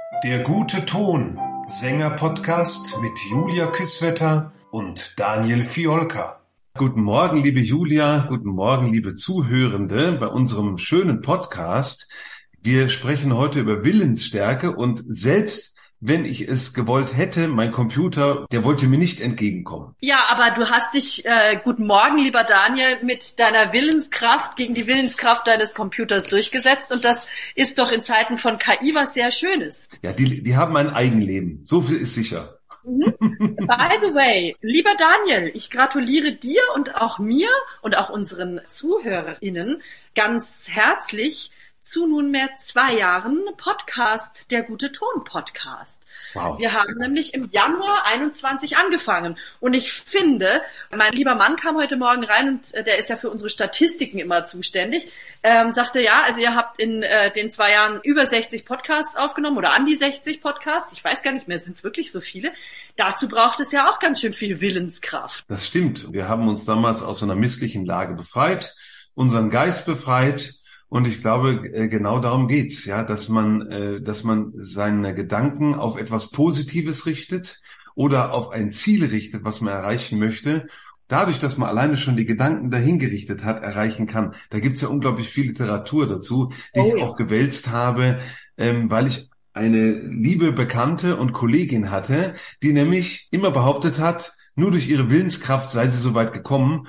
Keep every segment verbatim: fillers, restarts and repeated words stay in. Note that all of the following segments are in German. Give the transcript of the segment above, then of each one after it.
Der gute Ton, Sänger-Podcast mit Julia Küsswetter und Daniel Fiolka. Guten Morgen, liebe Julia, guten Morgen, liebe Zuhörende, bei unserem schönen Podcast. Wir sprechen heute über Willensstärke und selbst wenn ich es gewollt hätte, mein Computer, der wollte mir nicht entgegenkommen. Ja, aber du hast dich, äh, guten Morgen, lieber Daniel, mit deiner Willenskraft gegen die Willenskraft deines Computers durchgesetzt und das ist doch in Zeiten von K I was sehr Schönes. Ja, die, die haben ein Eigenleben, so viel ist sicher. Mhm. By the way, lieber Daniel, ich gratuliere dir und auch mir und auch unseren ZuhörerInnen ganz herzlich zu nunmehr zwei Jahren Podcast, der gute Ton Podcast. Wow. Wir haben nämlich im Januar einundzwanzig angefangen und ich finde, mein lieber Mann kam heute Morgen rein und äh, der ist ja für unsere Statistiken immer zuständig, ähm, sagte, ja, also ihr habt in äh, den zwei Jahren über sechzig Podcasts aufgenommen oder an die sechzig Podcasts, ich weiß gar nicht mehr, sind es wirklich so viele. Dazu braucht es ja auch ganz schön viel Willenskraft. Das stimmt. Wir haben uns damals aus einer misslichen Lage befreit, unseren Geist befreit. Und ich glaube, genau darum geht's, ja, dass man, dass man seine Gedanken auf etwas Positives richtet oder auf ein Ziel richtet, was man erreichen möchte. Dadurch, dass man alleine schon die Gedanken dahin gerichtet hat, erreichen kann. Da gibt's ja unglaublich viel Literatur dazu, die oh, ich auch gewälzt habe, weil ich eine liebe Bekannte und Kollegin hatte, die nämlich immer behauptet hat, nur durch ihre Willenskraft sei sie so weit gekommen.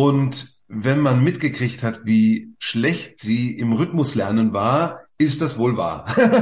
Und wenn man mitgekriegt hat, wie schlecht sie im Rhythmuslernen war, ist das wohl wahr.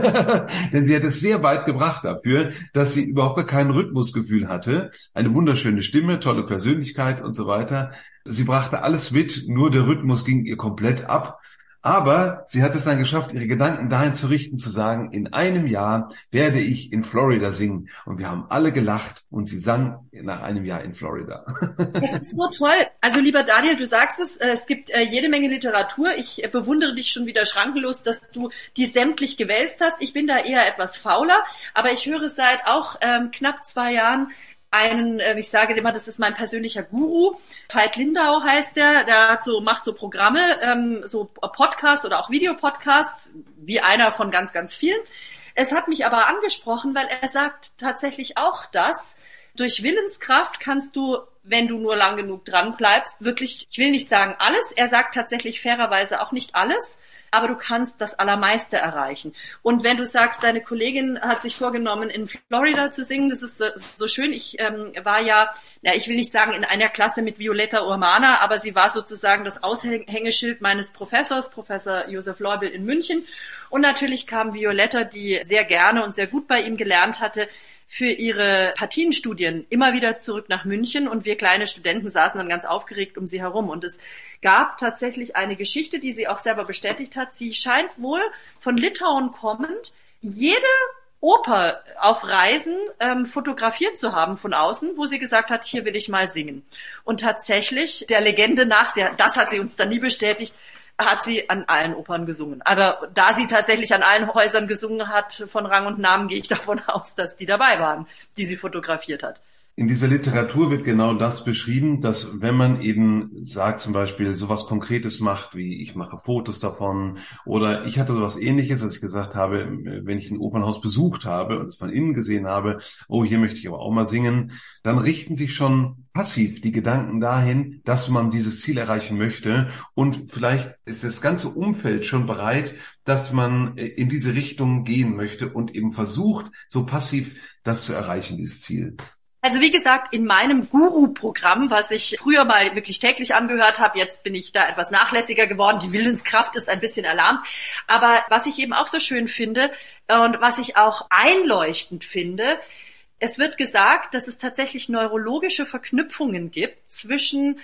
Denn sie hat es sehr weit gebracht dafür, dass sie überhaupt gar kein Rhythmusgefühl hatte. Eine wunderschöne Stimme, tolle Persönlichkeit und so weiter. Sie brachte alles mit, nur der Rhythmus ging ihr komplett ab. Aber sie hat es dann geschafft, ihre Gedanken dahin zu richten, zu sagen, in einem Jahr werde ich in Florida singen. Und wir haben alle gelacht und sie sang nach einem Jahr in Florida. Das ist so toll. Also lieber Daniel, du sagst es, es gibt jede Menge Literatur. Ich bewundere dich schon wieder schrankenlos, dass du die sämtlich gewälzt hast. Ich bin da eher etwas fauler, aber ich höre seit auch ähm, knapp zwei Jahren einen, ich sage immer, das ist mein persönlicher Guru, Veit Lindau heißt der, der hat so, macht so Programme, ähm, so Podcasts oder auch Videopodcasts, wie einer von ganz, ganz vielen. Es hat mich aber angesprochen, weil er sagt tatsächlich auch das, durch Willenskraft kannst du, wenn du nur lang genug dran bleibst, wirklich, ich will nicht sagen alles, er sagt tatsächlich fairerweise auch nicht alles, aber du kannst das Allermeiste erreichen. Und wenn du sagst, deine Kollegin hat sich vorgenommen, in Florida zu singen, das ist so, so schön. Ich ähm, war ja, na, ich will nicht sagen in einer Klasse mit Violetta Urmana, aber sie war sozusagen das Aushängeschild meines Professors, Professor Josef Leubel in München. Und natürlich kam Violetta, die sehr gerne und sehr gut bei ihm gelernt hatte, für ihre Partienstudien immer wieder zurück nach München und wir kleine Studenten saßen dann ganz aufgeregt um sie herum. Und es gab tatsächlich eine Geschichte, die sie auch selber bestätigt hat. Sie scheint wohl von Litauen kommend jede Oper auf Reisen ähm, fotografiert zu haben von außen, wo sie gesagt hat, hier will ich mal singen. Und tatsächlich, der Legende nach, sie, das hat sie uns dann nie bestätigt, hat sie an allen Opern gesungen. Aber da sie tatsächlich an allen Häusern gesungen hat, von Rang und Namen, gehe ich davon aus, dass die dabei waren, die sie fotografiert hat. In dieser Literatur wird genau das beschrieben, dass wenn man eben sagt, zum Beispiel sowas Konkretes macht, wie ich mache Fotos davon oder ich hatte sowas Ähnliches, als ich gesagt habe, wenn ich ein Opernhaus besucht habe und es von innen gesehen habe, oh, hier möchte ich aber auch mal singen, dann richten sich schon passiv die Gedanken dahin, dass man dieses Ziel erreichen möchte und vielleicht ist das ganze Umfeld schon bereit, dass man in diese Richtung gehen möchte und eben versucht, so passiv das zu erreichen, dieses Ziel. Also wie gesagt, in meinem Guru-Programm, was ich früher mal wirklich täglich angehört habe, jetzt bin ich da etwas nachlässiger geworden, die Willenskraft ist ein bisschen erlahmt, aber was ich eben auch so schön finde und was ich auch einleuchtend finde, es wird gesagt, dass es tatsächlich neurologische Verknüpfungen gibt zwischen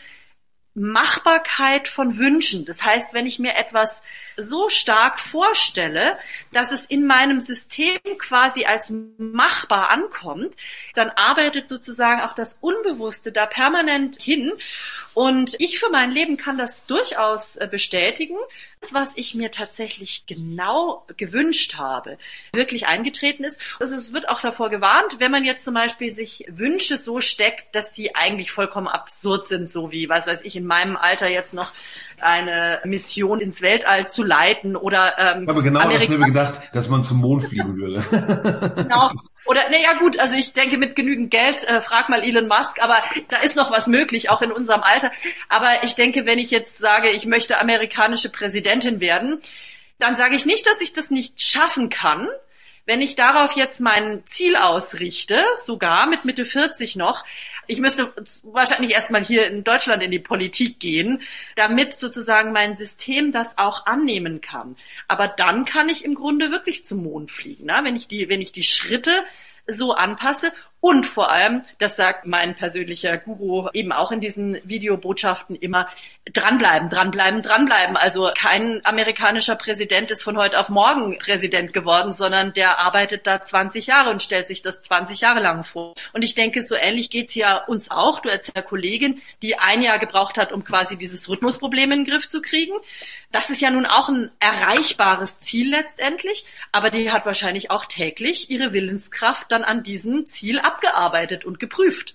Machbarkeit von Wünschen. Das heißt, wenn ich mir etwas so stark vorstelle, dass es in meinem System quasi als machbar ankommt, dann arbeitet sozusagen auch das Unbewusste da permanent hin. Und ich für mein Leben kann das durchaus bestätigen. Das, was ich mir tatsächlich genau gewünscht habe, wirklich eingetreten ist. Also es wird auch davor gewarnt, wenn man jetzt zum Beispiel sich Wünsche so steckt, dass sie eigentlich vollkommen absurd sind, so wie, was weiß ich, in meinem Alter jetzt noch eine Mission ins Weltall zu zu leiten oder ähm, aber genau dasselbe gedacht, dass man zum Mond fliegen würde. Genau. Oder, naja, gut, also ich denke, mit genügend Geld, äh, frag mal Elon Musk, aber da ist noch was möglich, auch in unserem Alter. Aber ich denke, wenn ich jetzt sage, ich möchte amerikanische Präsidentin werden, dann sage ich nicht, dass ich das nicht schaffen kann. Wenn ich darauf jetzt mein Ziel ausrichte, sogar mit Mitte vierzig noch, ich müsste wahrscheinlich erstmal hier in Deutschland in die Politik gehen, damit sozusagen mein System das auch annehmen kann. Aber dann kann ich im Grunde wirklich zum Mond fliegen, ne? Wenn ich die, wenn ich die Schritte so anpasse. Und vor allem, das sagt mein persönlicher Guru eben auch in diesen Videobotschaften immer, dranbleiben, dranbleiben, dranbleiben. Also kein amerikanischer Präsident ist von heute auf morgen Präsident geworden, sondern der arbeitet da zwanzig Jahre und stellt sich das zwanzig Jahre lang vor. Und ich denke, so ähnlich geht's ja uns auch. Du erzählst einer Kollegin, die ein Jahr gebraucht hat, um quasi dieses Rhythmusproblem in den Griff zu kriegen. Das ist ja nun auch ein erreichbares Ziel letztendlich, aber die hat wahrscheinlich auch täglich ihre Willenskraft dann an diesem Ziel abgearbeitet und geprüft.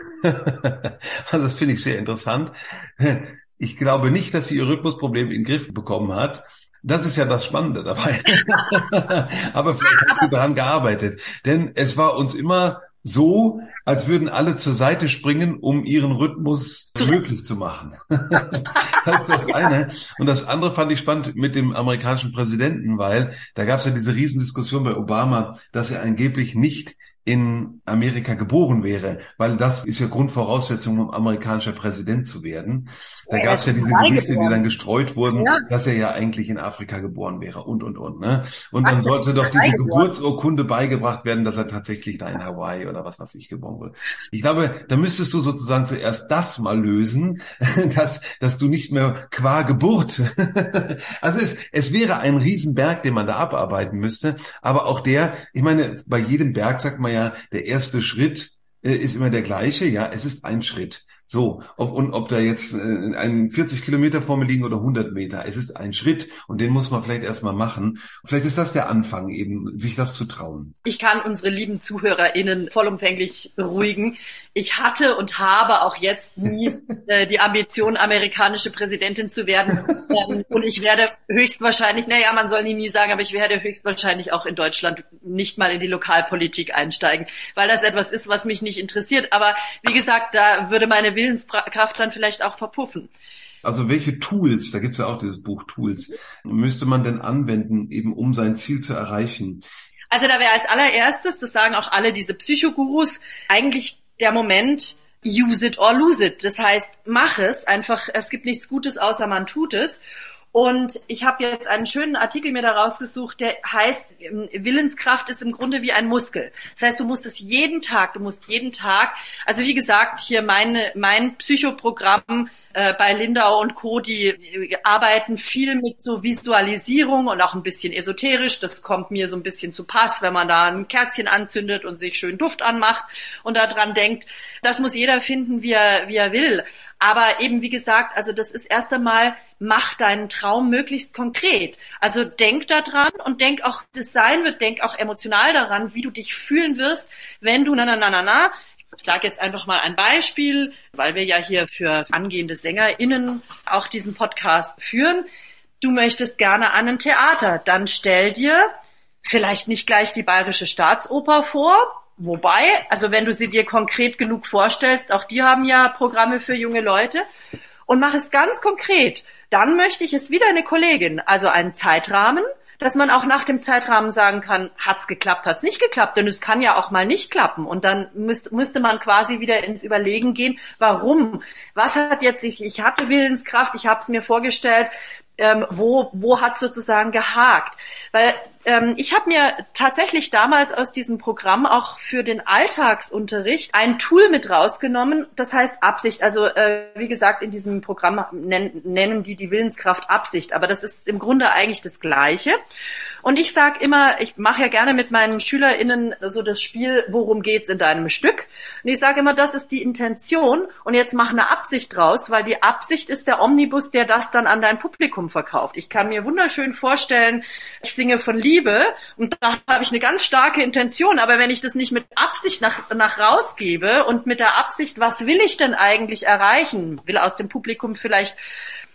Das finde ich sehr interessant. Ich glaube nicht, dass sie ihr Rhythmusproblem in den Griff bekommen hat. Das ist ja das Spannende dabei. Aber vielleicht hat sie daran gearbeitet. Denn es war uns immer so, als würden alle zur Seite springen, um ihren Rhythmus möglich zu machen. Das ist das eine. Und das andere fand ich spannend mit dem amerikanischen Präsidenten, weil da gab es ja diese Riesendiskussion bei Obama, dass er angeblich nicht in Amerika geboren wäre, weil das ist ja Grundvoraussetzung, um amerikanischer Präsident zu werden. Da gab es ja diese Gerüchte, die dann gestreut wurden, ja, dass er ja eigentlich in Afrika geboren wäre und, und, und. Ne? Und dann sollte doch diese Geburtsurkunde beigebracht werden, dass er tatsächlich da in Hawaii oder was weiß ich geboren wurde. Ich glaube, da müsstest du sozusagen zuerst das mal lösen, dass, dass du nicht mehr qua Geburt, also es, es wäre ein Riesenberg, den man da abarbeiten müsste, aber auch der, ich meine, bei jedem Berg sagt man ja, der erste Schritt äh, ist immer der gleiche, ja, es ist ein Schritt. So, ob, und ob da jetzt äh, ein vierzig Kilometer vor mir liegen oder hundert Meter, es ist ein Schritt und den muss man vielleicht erstmal machen. Vielleicht ist das der Anfang eben, sich das zu trauen. Ich kann unsere lieben ZuhörerInnen vollumfänglich beruhigen. Ich hatte und habe auch jetzt nie äh, die Ambition, amerikanische Präsidentin zu werden. Ähm, und ich werde höchstwahrscheinlich, naja, man soll nie nie sagen, aber ich werde höchstwahrscheinlich auch in Deutschland nicht mal in die Lokalpolitik einsteigen, weil das etwas ist, was mich nicht interessiert. Aber wie gesagt, da würde meine Willenskraft dann vielleicht auch verpuffen. Also welche Tools, da gibt's ja auch dieses Buch Tools, müsste man denn anwenden, eben um sein Ziel zu erreichen? Also da wäre als allererstes, das sagen auch alle diese Psychogurus, eigentlich der Moment, use it or lose it. Das heißt, mach es einfach, es gibt nichts Gutes, außer man tut es. Und ich habe jetzt einen schönen Artikel mir da rausgesucht, der heißt, Willenskraft ist im Grunde wie ein Muskel. Das heißt, du musst es jeden Tag, du musst jeden Tag, also wie gesagt, hier meine, mein Psychoprogramm äh, bei Lindau und Co., die arbeiten viel mit so Visualisierung und auch ein bisschen esoterisch. Das kommt mir so ein bisschen zu Pass, wenn man da ein Kerzchen anzündet und sich schön Duft anmacht und daran denkt. Das muss jeder finden, wie er, wie er will. Aber eben, wie gesagt, also das ist erst einmal, mach deinen Traum möglichst konkret. Also denk da dran und denk auch, das sein wird, denk auch emotional daran, wie du dich fühlen wirst, wenn du, na, na, na, na, na, ich sage jetzt einfach mal ein Beispiel, weil wir ja hier für angehende SängerInnen auch diesen Podcast führen. Du möchtest gerne an ein Theater, dann stell dir vielleicht nicht gleich die Bayerische Staatsoper vor, wobei, also wenn du sie dir konkret genug vorstellst, auch die haben ja Programme für junge Leute, und mach es ganz konkret. Dann möchte ich es wieder eine Kollegin, also einen Zeitrahmen, dass man auch nach dem Zeitrahmen sagen kann, hat's geklappt, hat's nicht geklappt, denn es kann ja auch mal nicht klappen. Und dann müsst, müsste man quasi wieder ins Überlegen gehen, warum? Was hat jetzt, ich, ich hatte Willenskraft, ich habe es mir vorgestellt, ähm, wo, wo hat's sozusagen gehakt? Weil ähm, ich habe mir tatsächlich damals aus diesem Programm auch für den Alltagsunterricht ein Tool mit rausgenommen, das heißt Absicht. Also äh, wie gesagt, in diesem Programm nennen, nennen die die Willenskraft Absicht, aber das ist im Grunde eigentlich das Gleiche. Und ich sage immer, ich mache ja gerne mit meinen SchülerInnen so das Spiel, worum geht's in deinem Stück? Und ich sage immer, das ist die Intention und jetzt mach eine Absicht draus, weil die Absicht ist der Omnibus, der das dann an dein Publikum verkauft. Ich kann mir wunderschön vorstellen, ich singe von Liebe und da habe ich eine ganz starke Intention, aber wenn ich das nicht mit Absicht nach, nach rausgebe und mit der Absicht, was will ich denn eigentlich erreichen, will aus dem Publikum vielleicht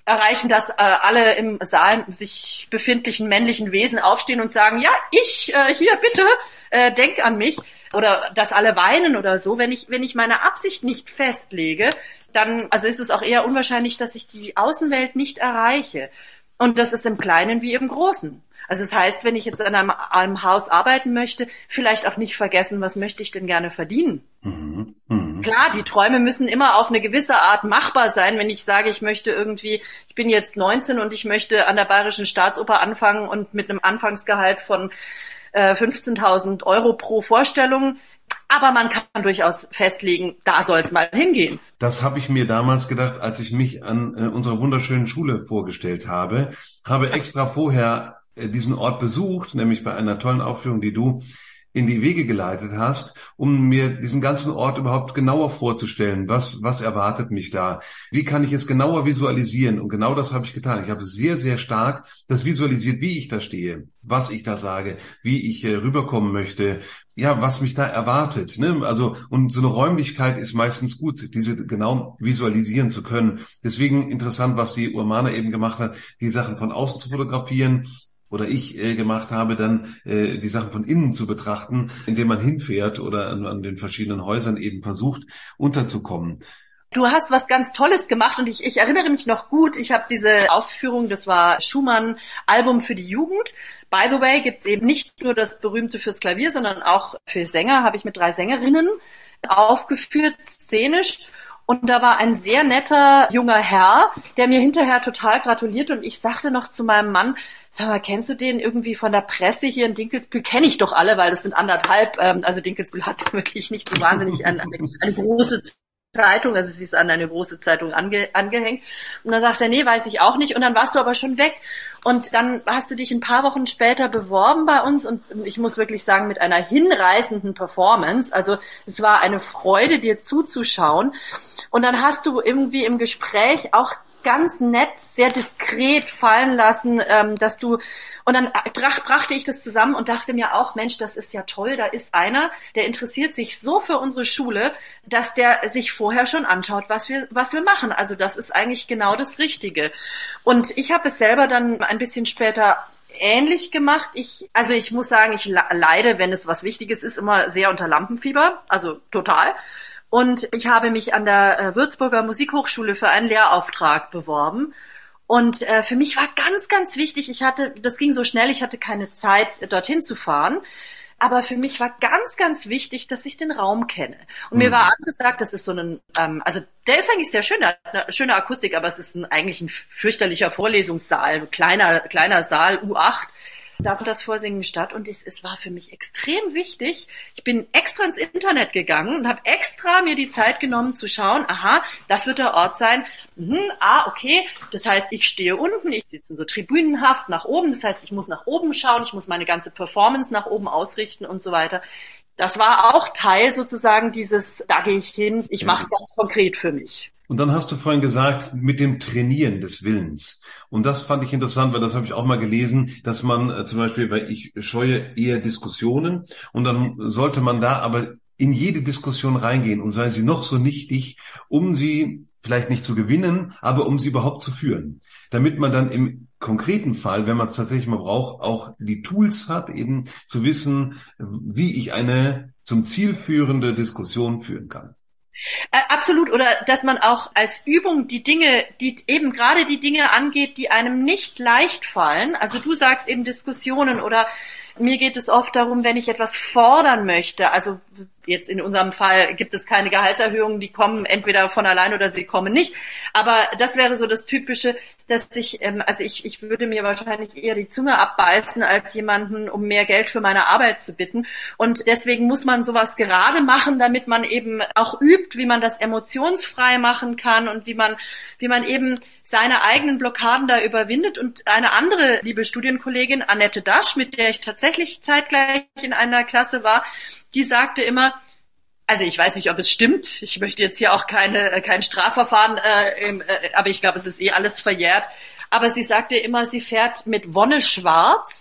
erreichen, dass äh, alle im Saal sich befindlichen männlichen Wesen aufstehen und sagen, ja, ich, äh, hier bitte, äh, denk an mich. Oder dass alle weinen oder so. Wenn ich, wenn ich meine Absicht nicht festlege, dann, also ist es auch eher unwahrscheinlich, dass ich die Außenwelt nicht erreiche. Und das ist im Kleinen wie im Großen. Also das heißt, wenn ich jetzt an einem, einem Haus arbeiten möchte, vielleicht auch nicht vergessen, was möchte ich denn gerne verdienen. Mhm. Mhm. Klar, die Träume müssen immer auf eine gewisse Art machbar sein. Wenn ich sage, ich möchte irgendwie, ich bin jetzt neunzehn und ich möchte an der Bayerischen Staatsoper anfangen und mit einem Anfangsgehalt von äh, fünfzehntausend Euro pro Vorstellung. Aber man kann durchaus festlegen, da soll es mal hingehen. Das habe ich mir damals gedacht, als ich mich an äh, unserer wunderschönen Schule vorgestellt habe. Habe extra vorher diesen Ort besucht, nämlich bei einer tollen Aufführung, die du in die Wege geleitet hast, um mir diesen ganzen Ort überhaupt genauer vorzustellen. Was, was erwartet mich da? Wie kann ich es genauer visualisieren? Und genau das habe ich getan. Ich habe sehr, sehr stark das visualisiert, wie ich da stehe, was ich da sage, wie ich äh, rüberkommen möchte, ja, was mich da erwartet. Ne? Also, und so eine Räumlichkeit ist meistens gut, diese genau visualisieren zu können. Deswegen interessant, was die Urmana eben gemacht hat, die Sachen von außen zu fotografieren, oder ich äh, gemacht habe, dann äh, die Sachen von innen zu betrachten, indem man hinfährt oder an, an den verschiedenen Häusern eben versucht, unterzukommen. Du hast was ganz Tolles gemacht und ich, ich erinnere mich noch gut, ich habe diese Aufführung, das war Schumann Album für die Jugend. By the way, gibt's eben nicht nur das berühmte fürs Klavier, sondern auch für Sänger, habe ich mit drei Sängerinnen aufgeführt, szenisch. Und da war ein sehr netter junger Herr, der mir hinterher total gratuliert und ich sagte noch zu meinem Mann, sag mal, kennst du den irgendwie von der Presse hier in Dinkelsbühl? Kenne ich doch alle, weil das sind anderthalb, ähm, also Dinkelsbühl hat wirklich nicht so wahnsinnig eine, eine, eine große Zeitung, also sie ist an eine große Zeitung ange, angehängt. Und dann sagt er, nee, weiß ich auch nicht. Und dann warst du aber schon weg. Und dann hast du dich ein paar Wochen später beworben bei uns und ich muss wirklich sagen, mit einer hinreißenden Performance. Also es war eine Freude, dir zuzuschauen. Und dann hast du irgendwie im Gespräch auch ganz nett, sehr diskret fallen lassen, ähm, dass du, und dann brach, brachte ich das zusammen und dachte mir auch, Mensch, das ist ja toll, da ist einer, der interessiert sich so für unsere Schule, dass der sich vorher schon anschaut, was wir, was wir machen. Also das ist eigentlich genau das Richtige. Und ich habe es selber dann ein bisschen später ähnlich gemacht. Ich, also ich muss sagen, ich leide, wenn es was Wichtiges ist, immer sehr unter Lampenfieber, also total. Und ich habe mich an der Würzburger Musikhochschule für einen Lehrauftrag beworben. Und äh, für mich war ganz, ganz wichtig, ich hatte, das ging so schnell, ich hatte keine Zeit, dorthin zu fahren. Aber für mich war ganz, ganz wichtig, dass ich den Raum kenne. Und mhm. mir war angesagt, das ist so ein, ähm, also der ist eigentlich sehr schön, der hat eine schöne Akustik, aber es ist ein, eigentlich ein fürchterlicher Vorlesungssaal, kleiner, kleiner Saal, U acht. Da fand das Vorsingen statt und es, es war für mich extrem wichtig. Ich bin extra ins Internet gegangen und habe extra mir die Zeit genommen zu schauen, aha, das wird der Ort sein. Mhm, ah, okay, das heißt, ich stehe unten, ich sitze so tribünenhaft nach oben, das heißt, ich muss nach oben schauen, ich muss meine ganze Performance nach oben ausrichten und so weiter. Das war auch Teil sozusagen dieses, da gehe ich hin, ich mache es ganz konkret für mich. Und dann hast du vorhin gesagt, mit dem Trainieren des Willens. Und das fand ich interessant, weil das habe ich auch mal gelesen, dass man äh, zum Beispiel, weil ich scheue eher Diskussionen und dann sollte man da aber in jede Diskussion reingehen und sei sie noch so nichtig, um sie vielleicht nicht zu gewinnen, aber um sie überhaupt zu führen. Damit man dann im konkreten Fall, wenn man es tatsächlich mal braucht, auch die Tools hat, eben zu wissen, wie ich eine zum Ziel führende Diskussion führen kann. Äh, absolut, oder dass man auch als Übung die Dinge, die eben gerade die Dinge angeht, die einem nicht leicht fallen. Also du sagst eben Diskussionen oder mir geht es oft darum, wenn ich etwas fordern möchte, also jetzt in unserem Fall gibt es keine Gehaltserhöhungen, die kommen entweder von allein oder sie kommen nicht. Aber das wäre so das Typische, dass ich, ähm, also ich, ich würde mir wahrscheinlich eher die Zunge abbeißen, als jemanden um mehr Geld für meine Arbeit zu bitten. Und deswegen muss man sowas gerade machen, damit man eben auch übt, wie man das emotionsfrei machen kann und wie man, wie man eben seine eigenen Blockaden da überwindet. Und eine andere liebe Studienkollegin, Annette Dasch, mit der ich tatsächlich zeitgleich in einer Klasse war, die sagte immer, also ich weiß nicht, ob es stimmt, ich möchte jetzt hier auch keine kein Strafverfahren, äh, im, äh, aber ich glaube, es ist eh alles verjährt, aber sie sagte immer, sie fährt mit Wonne schwarz,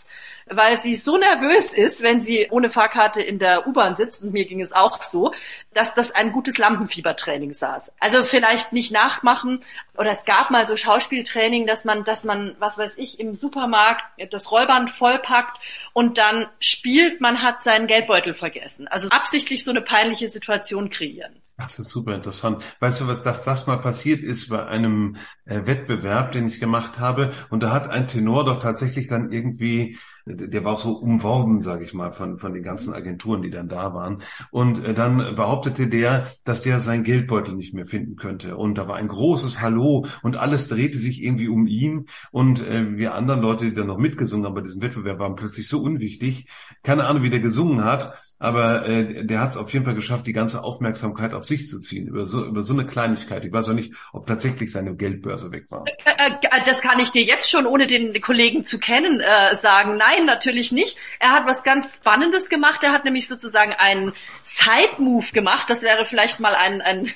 weil sie so nervös ist, wenn sie ohne Fahrkarte in der U-Bahn sitzt, und mir ging es auch so, dass das ein gutes Lampenfiebertraining saß. Also vielleicht nicht nachmachen, oder es gab mal so Schauspieltraining, dass man, dass man, was weiß ich, im Supermarkt das Rollband vollpackt und dann spielt, man hat seinen Geldbeutel vergessen. Also absichtlich so eine peinliche Situation kreieren. Das ist super interessant. Weißt du, was, dass das mal passiert ist bei einem äh, Wettbewerb, den ich gemacht habe, und da hat ein Tenor doch tatsächlich dann irgendwie, der war auch so umworben, sage ich mal, von von den ganzen Agenturen, die dann da waren, und äh, dann behauptete der, dass der seinen Geldbeutel nicht mehr finden könnte, und da war ein großes Hallo und alles drehte sich irgendwie um ihn, und äh, wir anderen Leute, die dann noch mitgesungen haben bei diesem Wettbewerb, waren plötzlich so unwichtig. Keine Ahnung, wie der gesungen hat, aber äh, der hat es auf jeden Fall geschafft, die ganze Aufmerksamkeit auf sich zu ziehen, über so über so eine Kleinigkeit. Ich weiß auch nicht, ob tatsächlich seine Geldbörse weg war. Das kann ich dir jetzt schon, ohne den Kollegen zu kennen, äh, sagen. Nein, natürlich nicht. Er hat was ganz Spannendes gemacht. Er hat nämlich sozusagen einen Side-Move gemacht. Das wäre vielleicht mal ein, ein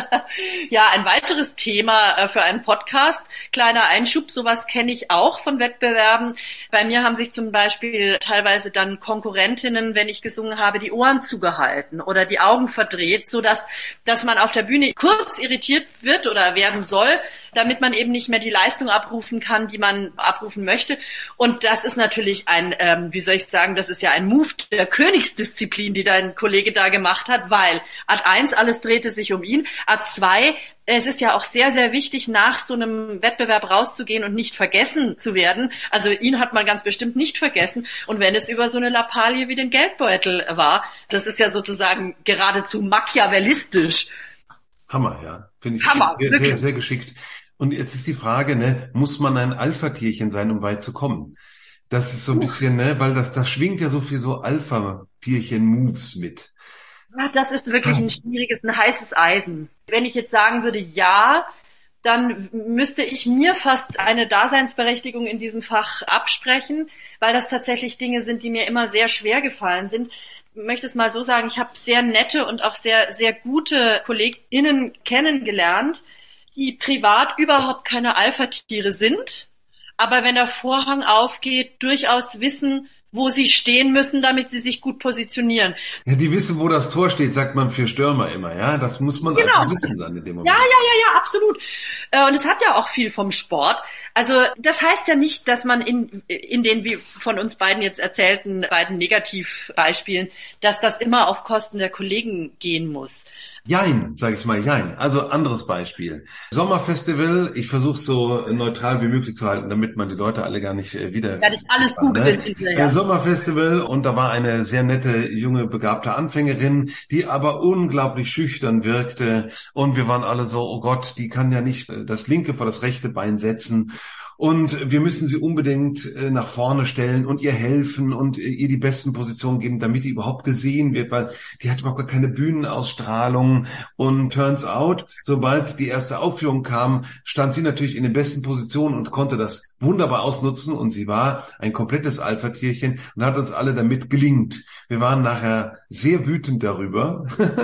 ja ein weiteres Thema äh, für einen Podcast. Kleiner Einschub, sowas kenne ich auch von Wettbewerben. Bei mir haben sich zum Beispiel teilweise dann Konkurrentinnen, wenn ich gesungen habe, die Ohren zugehalten oder die Augen verdreht, so dass dass man auf der Bühne kurz irritiert wird oder werden soll, damit man eben nicht mehr die Leistung abrufen kann, die man abrufen möchte. Und das ist natürlich ein, ähm, wie soll ich sagen, das ist ja ein Move der Königsdisziplin, die dein Kollege da gemacht hat, weil Ad eins, alles drehte sich um ihn, Ad zwei, es ist ja auch sehr, sehr wichtig, nach so einem Wettbewerb rauszugehen und nicht vergessen zu werden. Also ihn hat man ganz bestimmt nicht vergessen. Und wenn es über so eine Lappalie wie den Geldbeutel war, das ist ja sozusagen geradezu machiavellistisch. Hammer, ja. Finde ich Hammer, sehr, wirklich. sehr, sehr geschickt. Und jetzt ist die Frage, ne, muss man ein Alpha-Tierchen sein, um weit zu kommen? Das ist so ein bisschen, ne, weil das, das schwingt ja so viel so Alpha-Tierchen-Moves mit. Ja, das ist wirklich ein schwieriges, ein heißes Eisen. Wenn ich jetzt sagen würde, ja, dann müsste ich mir fast eine Daseinsberechtigung in diesem Fach absprechen, weil das tatsächlich Dinge sind, die mir immer sehr schwer gefallen sind. Ich möchte es mal so sagen, ich habe sehr nette und auch sehr, sehr gute KollegInnen kennengelernt, die privat überhaupt keine Alpha-Tiere sind, aber wenn der Vorhang aufgeht, durchaus wissen, wo sie stehen müssen, damit sie sich gut positionieren. Ja, die wissen, wo das Tor steht, sagt man für Stürmer immer, ja. Das muss man Genau. einfach wissen dann in dem Moment. Ja, ja, ja, ja, absolut. Und es hat ja auch viel vom Sport. Also das heißt ja nicht, dass man in in den wie von uns beiden jetzt erzählten beiden Negativbeispielen, dass das immer auf Kosten der Kollegen gehen muss. Jein, sage ich mal, jein. Also anderes Beispiel. Sommerfestival, ich versuche so neutral wie möglich zu halten, damit man die Leute alle gar nicht äh, wieder... Ja, das ist alles googelt hinterher. Äh, Sommerfestival, und da war eine sehr nette, junge, begabte Anfängerin, die aber unglaublich schüchtern wirkte, und wir waren alle so, oh Gott, die kann ja nicht äh, das linke vor das rechte Bein setzen. Und wir müssen sie unbedingt äh, nach vorne stellen und ihr helfen und äh, ihr die besten Positionen geben, damit die überhaupt gesehen wird, weil die hat überhaupt gar keine Bühnenausstrahlung. Und turns out, sobald die erste Aufführung kam, stand sie natürlich in den besten Positionen und konnte das wunderbar ausnutzen, und sie war ein komplettes Alpha-Tierchen und hat uns alle damit gelingt. Wir waren nachher sehr wütend darüber.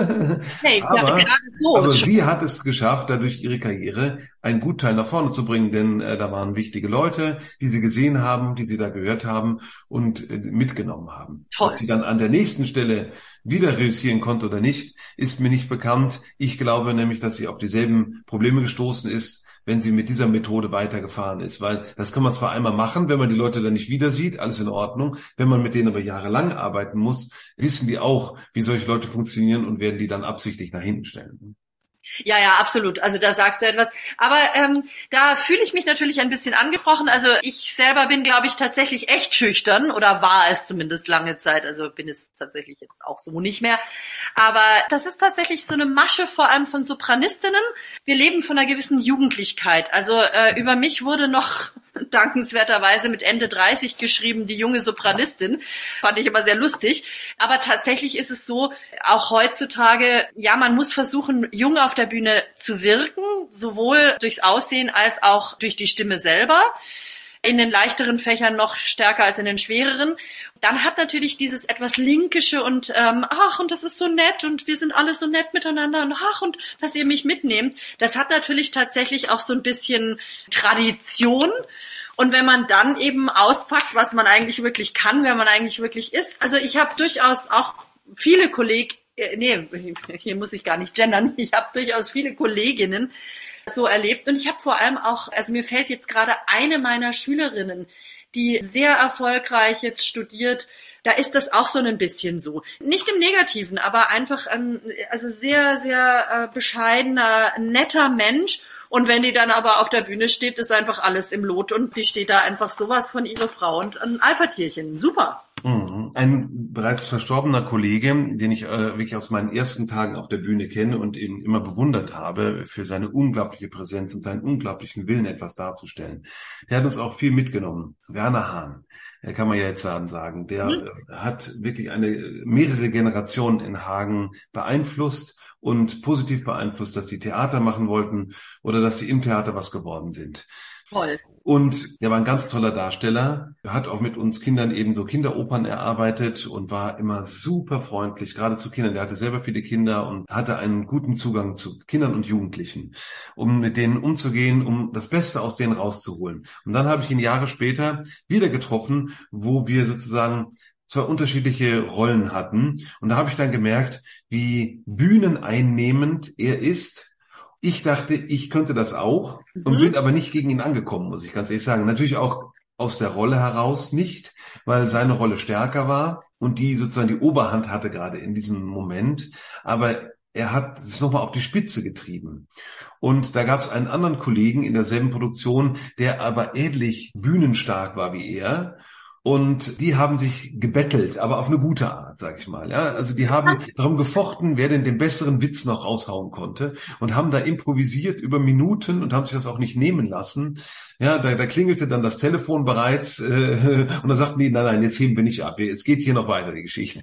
Hey, aber, ja, gerade so. aber sie hat es geschafft, dadurch ihre Karriere einen Gutteil nach vorne zu bringen, denn äh, da waren wichtige Leute, die sie gesehen haben, die sie da gehört haben und äh, mitgenommen haben. Toll. Ob sie dann an der nächsten Stelle wieder reüssieren konnte oder nicht, ist mir nicht bekannt. Ich glaube nämlich, dass sie auf dieselben Probleme gestoßen ist, wenn sie mit dieser Methode weitergefahren ist, weil das kann man zwar einmal machen, wenn man die Leute dann nicht wieder sieht, alles in Ordnung. Wenn man mit denen aber jahrelang arbeiten muss, wissen die auch, wie solche Leute funktionieren und werden die dann absichtlich nach hinten stellen. Ja, ja, absolut. Also da sagst du etwas. Aber ähm, da fühle ich mich natürlich ein bisschen angesprochen. Also ich selber bin, glaube ich, tatsächlich echt schüchtern, oder war es zumindest lange Zeit. Also bin es tatsächlich jetzt auch so nicht mehr. Aber das ist tatsächlich so eine Masche, vor allem von Sopranistinnen. Wir leben von einer gewissen Jugendlichkeit. Also äh, über mich wurde noch dankenswerterweise mit Ende dreißig geschrieben, die junge Sopranistin. Fand ich immer sehr lustig. Aber tatsächlich ist es so, auch heutzutage, ja, man muss versuchen, jung auf der Bühne zu wirken, sowohl durchs Aussehen als auch durch die Stimme selber. In den leichteren Fächern noch stärker als in den schwereren. Dann hat natürlich dieses etwas Linkische und ähm, ach, und das ist so nett und wir sind alle so nett miteinander und ach, und dass ihr mich mitnehmt, das hat natürlich tatsächlich auch so ein bisschen Tradition. Und wenn man dann eben auspackt, was man eigentlich wirklich kann, wer man eigentlich wirklich ist. Also ich habe durchaus auch viele Kollegen, nee, hier muss ich gar nicht gendern, ich habe durchaus viele Kolleginnen so erlebt. Und ich habe vor allem auch, also mir fällt jetzt gerade eine meiner Schülerinnen, die sehr erfolgreich jetzt studiert, da ist das auch so ein bisschen so. Nicht im Negativen, aber einfach ein also sehr, sehr äh, bescheidener, netter Mensch. Und wenn die dann aber auf der Bühne steht, ist einfach alles im Lot und die steht da einfach sowas von ihre Frau und ein Alpha-Tierchen. Super. Ein bereits verstorbener Kollege, den ich äh, wirklich aus meinen ersten Tagen auf der Bühne kenne und ihn immer bewundert habe für seine unglaubliche Präsenz und seinen unglaublichen Willen, etwas darzustellen. Der hat uns auch viel mitgenommen. Werner Hahn, kann man ja jetzt sagen, der mhm. hat wirklich eine mehrere Generationen in Hagen beeinflusst und positiv beeinflusst, dass die Theater machen wollten oder dass sie im Theater was geworden sind. Toll. Und er war ein ganz toller Darsteller. Er hat auch mit uns Kindern eben so Kinderopern erarbeitet und war immer super freundlich, gerade zu Kindern. Der hatte selber viele Kinder und hatte einen guten Zugang zu Kindern und Jugendlichen, um mit denen umzugehen, um das Beste aus denen rauszuholen. Und dann habe ich ihn Jahre später wieder getroffen, wo wir sozusagen zwei unterschiedliche Rollen hatten. Und da habe ich dann gemerkt, wie bühneneinnehmend er ist. Ich dachte, ich könnte das auch und mhm. bin aber nicht gegen ihn angekommen, muss ich ganz ehrlich sagen. Natürlich auch aus der Rolle heraus nicht, weil seine Rolle stärker war und die sozusagen die Oberhand hatte gerade in diesem Moment. Aber er hat es nochmal auf die Spitze getrieben. Und da gab es einen anderen Kollegen in derselben Produktion, der aber ähnlich bühnenstark war wie er. Und die haben sich gebettelt, aber auf eine gute Art, sag ich mal. Ja, also die haben darum gefochten, wer denn den besseren Witz noch raushauen konnte und haben da improvisiert über Minuten und haben sich das auch nicht nehmen lassen. Ja, da, da klingelte dann das Telefon bereits äh, und dann sagten die, nein, nein, jetzt heben wir nicht ab, es geht hier noch weiter, die Geschichte.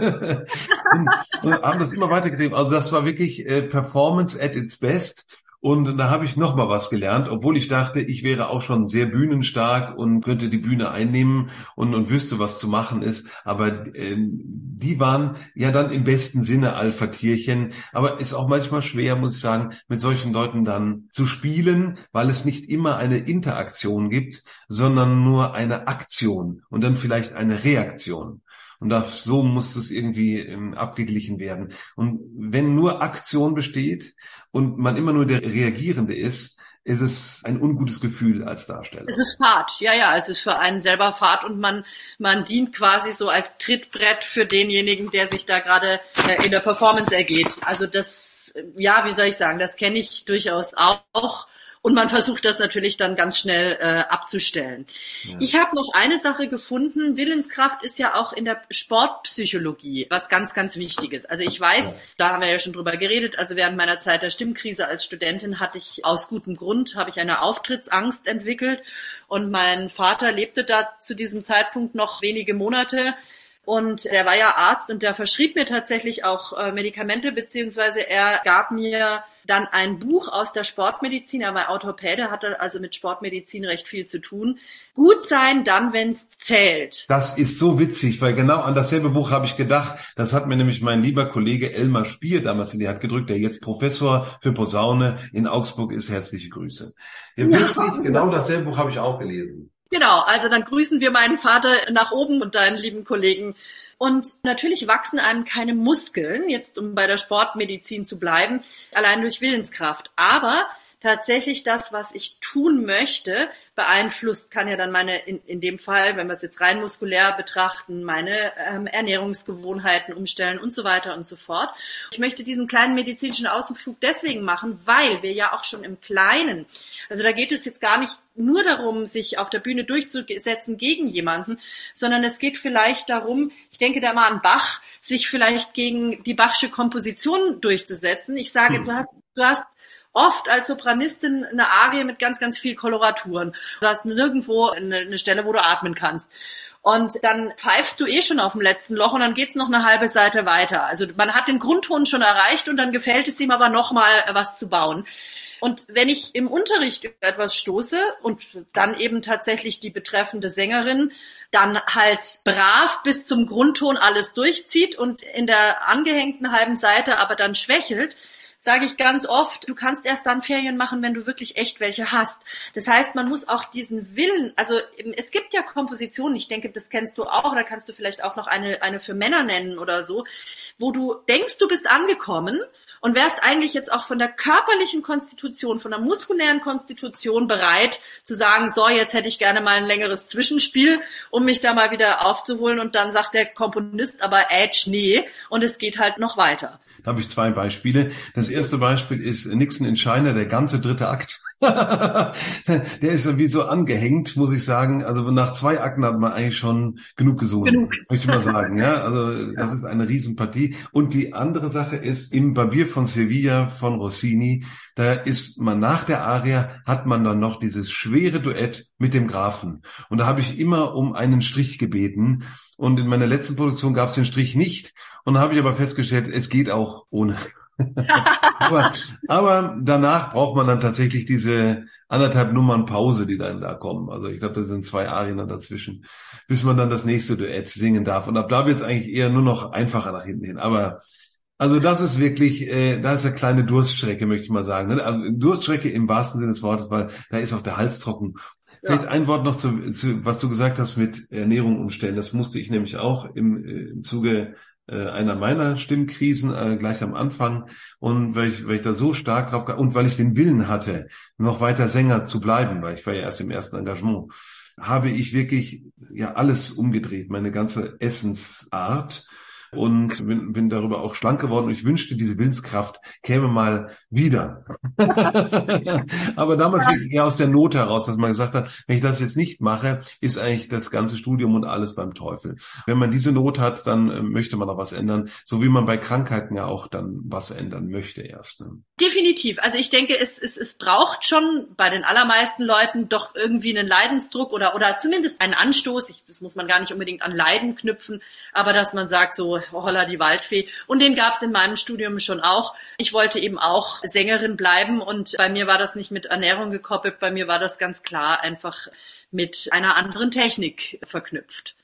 und, und haben das immer weitergetrieben. Also das war wirklich äh, Performance at its best. Und da habe ich noch mal was gelernt, obwohl ich dachte, ich wäre auch schon sehr bühnenstark und könnte die Bühne einnehmen und, und wüsste, was zu machen ist. Aber äh, die waren ja dann im besten Sinne Alpha-Tierchen. Aber ist auch manchmal schwer, muss ich sagen, mit solchen Leuten dann zu spielen, weil es nicht immer eine Interaktion gibt, sondern nur eine Aktion und dann vielleicht eine Reaktion. Und das, so muss es irgendwie ähm, abgeglichen werden. Und wenn nur Aktion besteht und man immer nur der Reagierende ist, ist es ein ungutes Gefühl als Darsteller. Es ist Fahrt, ja, ja, es ist für einen selber Fahrt und man man dient quasi so als Trittbrett für denjenigen, der sich da gerade äh, in der Performance ergeht. Also das, ja, wie soll ich sagen, das kenne ich durchaus auch. Und man versucht das natürlich dann ganz schnell äh, abzustellen. Ja. Ich habe noch eine Sache gefunden. Willenskraft ist ja auch in der Sportpsychologie was ganz, ganz Wichtiges. Also ich weiß, ja. da haben wir ja schon drüber geredet, also während meiner Zeit der Stimmkrise als Studentin hatte ich aus gutem Grund, habe ich eine Auftrittsangst entwickelt. Und mein Vater lebte da zu diesem Zeitpunkt noch wenige Monate. Und er war ja Arzt und der verschrieb mir tatsächlich auch äh, Medikamente, beziehungsweise er gab mir dann ein Buch aus der Sportmedizin. Er war Orthopäde, hatte also mit Sportmedizin recht viel zu tun. Gut sein dann, wenn's zählt. Das ist so witzig, weil genau an dasselbe Buch habe ich gedacht. Das hat mir nämlich mein lieber Kollege Elmar Spier damals in die Hand gedrückt, der jetzt Professor für Posaune in Augsburg ist. Herzliche Grüße. Ja, witzig, ja. Genau dasselbe Buch habe ich auch gelesen. Genau, also dann grüßen wir meinen Vater nach oben und deinen lieben Kollegen. Und natürlich wachsen einem keine Muskeln, jetzt um bei der Sportmedizin zu bleiben, allein durch Willenskraft. Aber tatsächlich das, was ich tun möchte, beeinflusst, kann ja dann meine, in, in dem Fall, wenn wir es jetzt rein muskulär betrachten, meine ähm, Ernährungsgewohnheiten umstellen und so weiter und so fort. Ich möchte diesen kleinen medizinischen Außenflug deswegen machen, weil wir ja auch schon im Kleinen, also da geht es jetzt gar nicht nur darum, sich auf der Bühne durchzusetzen gegen jemanden, sondern es geht vielleicht darum, ich denke da mal an Bach, sich vielleicht gegen die Bachsche Komposition durchzusetzen. Ich sage, hm. du hast, du hast oft als Sopranistin eine Arie mit ganz, ganz viel Koloraturen. Du hast nirgendwo eine, eine Stelle, wo du atmen kannst. Und dann pfeifst du eh schon auf dem letzten Loch und dann geht's noch eine halbe Seite weiter. Also man hat den Grundton schon erreicht und dann gefällt es ihm aber nochmal was zu bauen. Und wenn ich im Unterricht über etwas stoße und dann eben tatsächlich die betreffende Sängerin dann halt brav bis zum Grundton alles durchzieht und in der angehängten halben Seite aber dann schwächelt, sage ich ganz oft, du kannst erst dann Ferien machen, wenn du wirklich echt welche hast. Das heißt, man muss auch diesen Willen, also es gibt ja Kompositionen, ich denke, das kennst du auch, da kannst du vielleicht auch noch eine, eine für Männer nennen oder so, wo du denkst, du bist angekommen und wärst eigentlich jetzt auch von der körperlichen Konstitution, von der muskulären Konstitution bereit zu sagen, so, jetzt hätte ich gerne mal ein längeres Zwischenspiel, um mich da mal wieder aufzuholen. Und dann sagt der Komponist aber, ätsch, nee, und es geht halt noch weiter. Da habe ich zwei Beispiele. Das erste Beispiel ist Nixon in China, der ganze dritte Akt. Der ist ja wie so angehängt, muss ich sagen. Also nach zwei Akten hat man eigentlich schon genug gesungen, genug. Möchte ich mal sagen. Ja, also das ist eine Riesenpartie. Und die andere Sache ist, im Barbier von Sevilla von Rossini, da ist man nach der Aria, hat man dann noch dieses schwere Duett mit dem Grafen. Und da habe ich immer um einen Strich gebeten. Und in meiner letzten Produktion gab es den Strich nicht. Und da habe ich aber festgestellt, es geht auch ohne. aber, aber danach braucht man dann tatsächlich diese anderthalb Nummern Pause, die dann da kommen. Also ich glaube, da sind zwei Arien dann dazwischen, bis man dann das nächste Duett singen darf. Und ab da wird es eigentlich eher nur noch einfacher nach hinten hin. Aber also das ist wirklich, äh, da ist eine kleine Durststrecke, möchte ich mal sagen. Also Durststrecke im wahrsten Sinne des Wortes, weil da ist auch der Hals trocken. Ja. Vielleicht ein Wort noch zu, zu, was du gesagt hast mit Ernährung umstellen. Das musste ich nämlich auch im, im Zuge einer meiner Stimmkrisen äh, gleich am Anfang, und weil ich, weil ich da so stark drauf und weil ich den Willen hatte, noch weiter Sänger zu bleiben, weil ich war ja erst im ersten Engagement, habe ich wirklich ja alles umgedreht, meine ganze Essensart, und bin, bin darüber auch schlank geworden, und ich wünschte, diese Willenskraft käme mal wieder. Aber damals wirklich eher aus der Not heraus, dass man gesagt hat, wenn ich das jetzt nicht mache, ist eigentlich das ganze Studium und alles beim Teufel. Wenn man diese Not hat, dann äh, möchte man auch was ändern, so wie man bei Krankheiten ja auch dann was ändern möchte erst. Ne? Definitiv. Also ich denke, es, es, es braucht schon bei den allermeisten Leuten doch irgendwie einen Leidensdruck oder, oder zumindest einen Anstoß. Ich, das muss man gar nicht unbedingt an Leiden knüpfen, aber dass man sagt so, holla die Waldfee. Und den gab es in meinem Studium schon auch. Ich wollte eben auch Sängerin bleiben, und bei mir war das nicht mit Ernährung gekoppelt, bei mir war das ganz klar einfach mit einer anderen Technik verknüpft.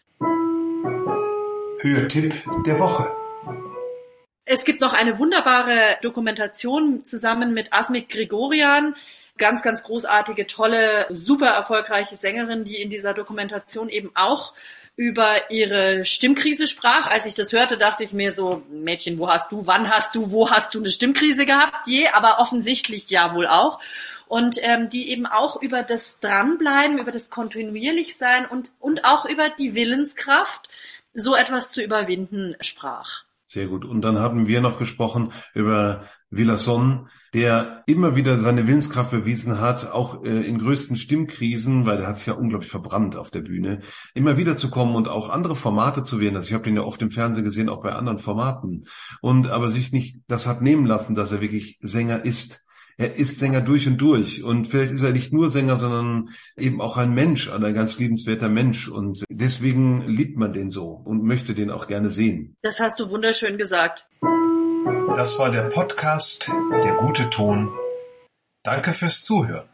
Hörtipp der Woche. Es gibt noch eine wunderbare Dokumentation zusammen mit Asmik Grigorian. Ganz, ganz großartige, tolle, super erfolgreiche Sängerin, die in dieser Dokumentation eben auch über ihre Stimmkrise sprach. Als ich das hörte, dachte ich mir so, Mädchen, wo hast du, wann hast du, wo hast du eine Stimmkrise gehabt? Je, aber offensichtlich ja wohl auch. Und ähm, die eben auch über das Dranbleiben, über das Kontinuierlichsein und, und auch über die Willenskraft, so etwas zu überwinden, sprach. Sehr gut. Und dann haben wir noch gesprochen über Villasson, der immer wieder seine Willenskraft bewiesen hat, auch äh, in größten Stimmkrisen, weil der hat sich ja unglaublich verbrannt auf der Bühne, immer wieder zu kommen und auch andere Formate zu wählen. Also ich habe den ja oft im Fernsehen gesehen, auch bei anderen Formaten. Und aber sich nicht das hat nehmen lassen, dass er wirklich Sänger ist. Er ist Sänger durch und durch, und vielleicht ist er nicht nur Sänger, sondern eben auch ein Mensch, ein ganz liebenswerter Mensch, und deswegen liebt man den so und möchte den auch gerne sehen. Das hast du wunderschön gesagt. Das war der Podcast Der gute Ton. Danke fürs Zuhören.